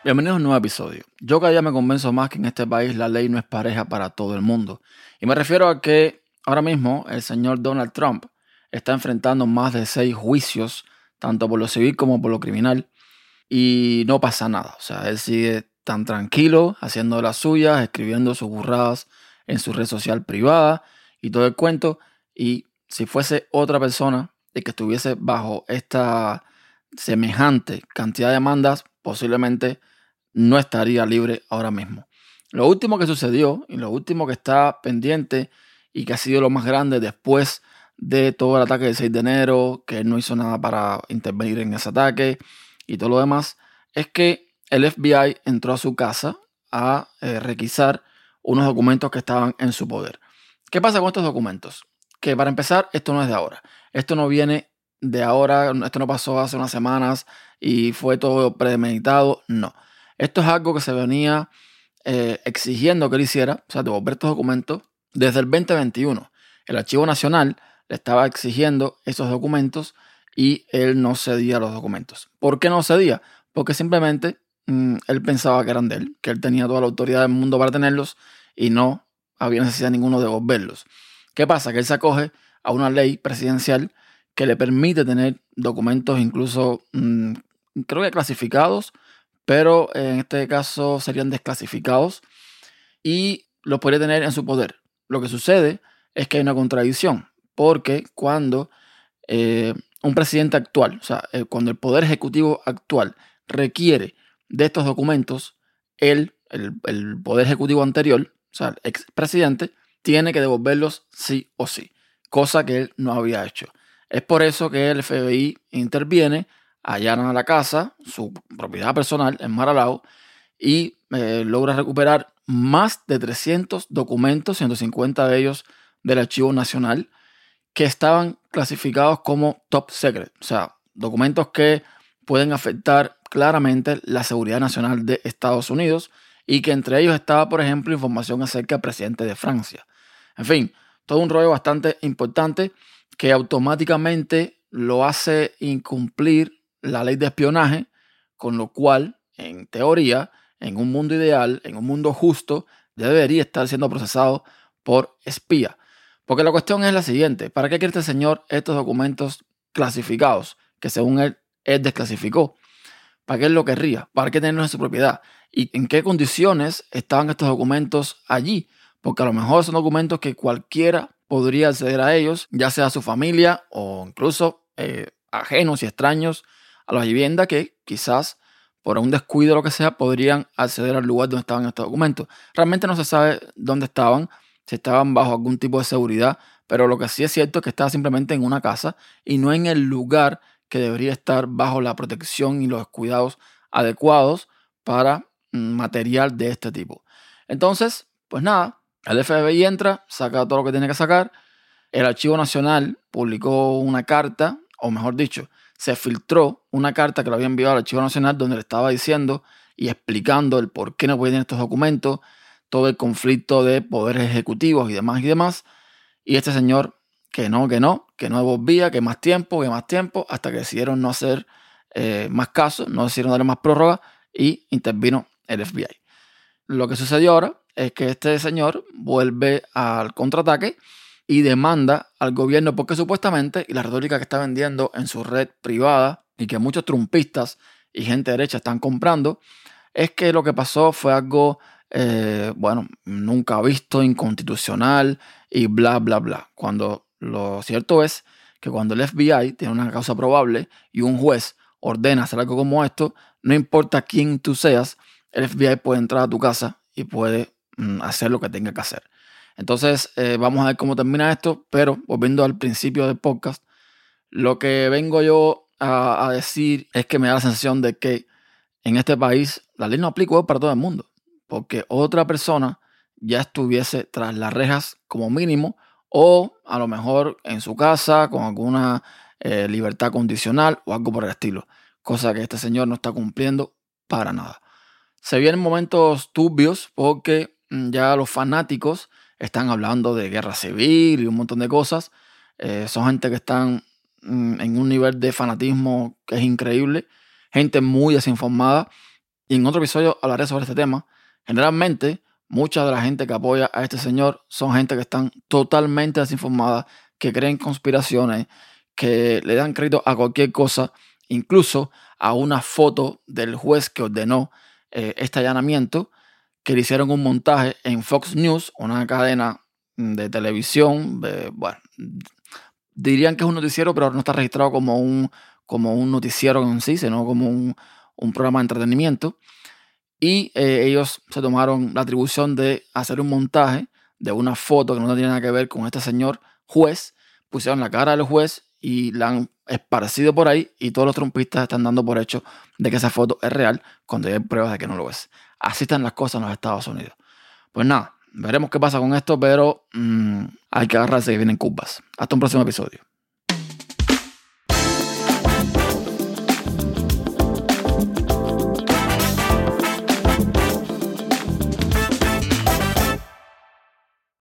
Bienvenidos a un nuevo episodio. Yo cada día me convenzo más que en este país la ley no es pareja para todo el mundo. Y me refiero a que ahora mismo el señor Donald Trump está enfrentando más de 6 juicios, tanto por lo civil como por lo criminal, y no pasa nada. O sea, él sigue tan tranquilo, haciendo las suyas, escribiendo sus burradas en su red social privada y todo el cuento. Y si fuese otra persona y que estuviese bajo esta semejante cantidad de demandas, posiblemente no estaría libre ahora mismo. Lo último que sucedió y lo último que está pendiente y que ha sido lo más grande después de todo el ataque del 6 de enero, que él no hizo nada para intervenir en ese ataque y todo lo demás, es que el FBI entró a su casa a requisar unos documentos que estaban en su poder. ¿Qué pasa con estos documentos? Que para empezar, esto no es de ahora. Esto no viene de ahora, esto no pasó hace unas semanas y fue todo premeditado. No. Esto es algo que se venía exigiendo que él hiciera, o sea, devolver estos documentos desde el 2021. El Archivo Nacional le estaba exigiendo esos documentos y él no cedía los documentos. ¿Por qué no cedía? Porque simplemente él pensaba que eran de él, que él tenía toda la autoridad del mundo para tenerlos y no había necesidad ninguno de devolverlos. ¿Qué pasa? Que él se acoge a una ley presidencial que le permite tener documentos incluso, creo que clasificados, pero en este caso serían desclasificados y los podría tener en su poder. Lo que sucede es que hay una contradicción, porque cuando un presidente actual, o sea, cuando el Poder Ejecutivo actual requiere de estos documentos, el Poder Ejecutivo anterior, o sea, el expresidente, tiene que devolverlos sí o sí, cosa que él no había hecho. Es por eso que el FBI interviene, allanan a la casa, su propiedad personal en Mar-a-Lago, y logra recuperar más de 300 documentos, 150 de ellos del Archivo Nacional, que estaban clasificados como top secret, o sea, documentos que pueden afectar claramente la seguridad nacional de Estados Unidos y que entre ellos estaba, por ejemplo, información acerca del presidente de Francia. En fin, todo un rollo bastante importante que automáticamente lo hace incumplir la ley de espionaje, con lo cual, en teoría, en un mundo ideal, en un mundo justo, debería estar siendo procesado por espía. Porque la cuestión es la siguiente: ¿para qué quiere este señor estos documentos clasificados que según él desclasificó? ¿Para qué él lo querría? ¿Para qué tenerlos en su propiedad? ¿Y en qué condiciones estaban estos documentos allí? Porque a lo mejor son documentos que cualquiera podría acceder a ellos, ya sea su familia o incluso ajenos y extraños a la vivienda que quizás por un descuido o lo que sea podrían acceder al lugar donde estaban estos documentos. Realmente no se sabe dónde estaban, si estaban bajo algún tipo de seguridad, pero lo que sí es cierto es que estaba simplemente en una casa y no en el lugar que debería estar bajo la protección y los cuidados adecuados para material de este tipo. Entonces, pues nada, el FBI entra, saca todo lo que tiene que sacar. El Archivo Nacional publicó una carta, o mejor dicho, se filtró una carta que lo había enviado al Archivo Nacional donde le estaba diciendo y explicando el por qué no podían estos documentos, todo el conflicto de poderes ejecutivos y demás. Y este señor que no devolvía, que más tiempo, hasta que decidieron no hacer más caso, no decidieron darle más prórroga y intervino el FBI. Lo que sucedió ahora es que este señor vuelve al contraataque y demanda al gobierno porque supuestamente, y la retórica que está vendiendo en su red privada y que muchos trumpistas y gente derecha están comprando, es que lo que pasó fue algo, nunca visto, inconstitucional y bla, bla, bla. Cuando lo cierto es que cuando el FBI tiene una causa probable y un juez ordena hacer algo como esto, no importa quién tú seas, el FBI puede entrar a tu casa y puede hacer lo que tenga que hacer. Entonces, vamos a ver cómo termina esto, pero volviendo al principio del podcast, lo que vengo yo a decir es que me da la sensación de que en este país la ley no aplica para todo el mundo, porque otra persona ya estuviese tras las rejas como mínimo o a lo mejor en su casa con alguna libertad condicional o algo por el estilo, cosa que este señor no está cumpliendo para nada. Se vienen momentos turbios porque ya los fanáticos están hablando de guerra civil y un montón de cosas. Son gente que están en un nivel de fanatismo que es increíble, gente muy desinformada y en otro episodio hablaré sobre este tema. Generalmente, mucha de la gente que apoya a este señor son gente que están totalmente desinformada, que creen conspiraciones, que le dan crédito a cualquier cosa, incluso a una foto del juez que ordenó este allanamiento, que le hicieron un montaje en Fox News, una cadena de televisión. Bueno, dirían que es un noticiero, pero no está registrado como un noticiero en sí, sino como un programa de entretenimiento. Y ellos se tomaron la atribución de hacer un montaje de una foto que no tiene nada que ver con este señor juez. Pusieron la cara del juez y la han esparcido por ahí, y todos los trumpistas están dando por hecho de que esa foto es real cuando hay pruebas de que no lo es. Así están las cosas en los Estados Unidos. Pues nada, veremos qué pasa con esto, pero hay que agarrarse que vienen curvas. Hasta un próximo episodio.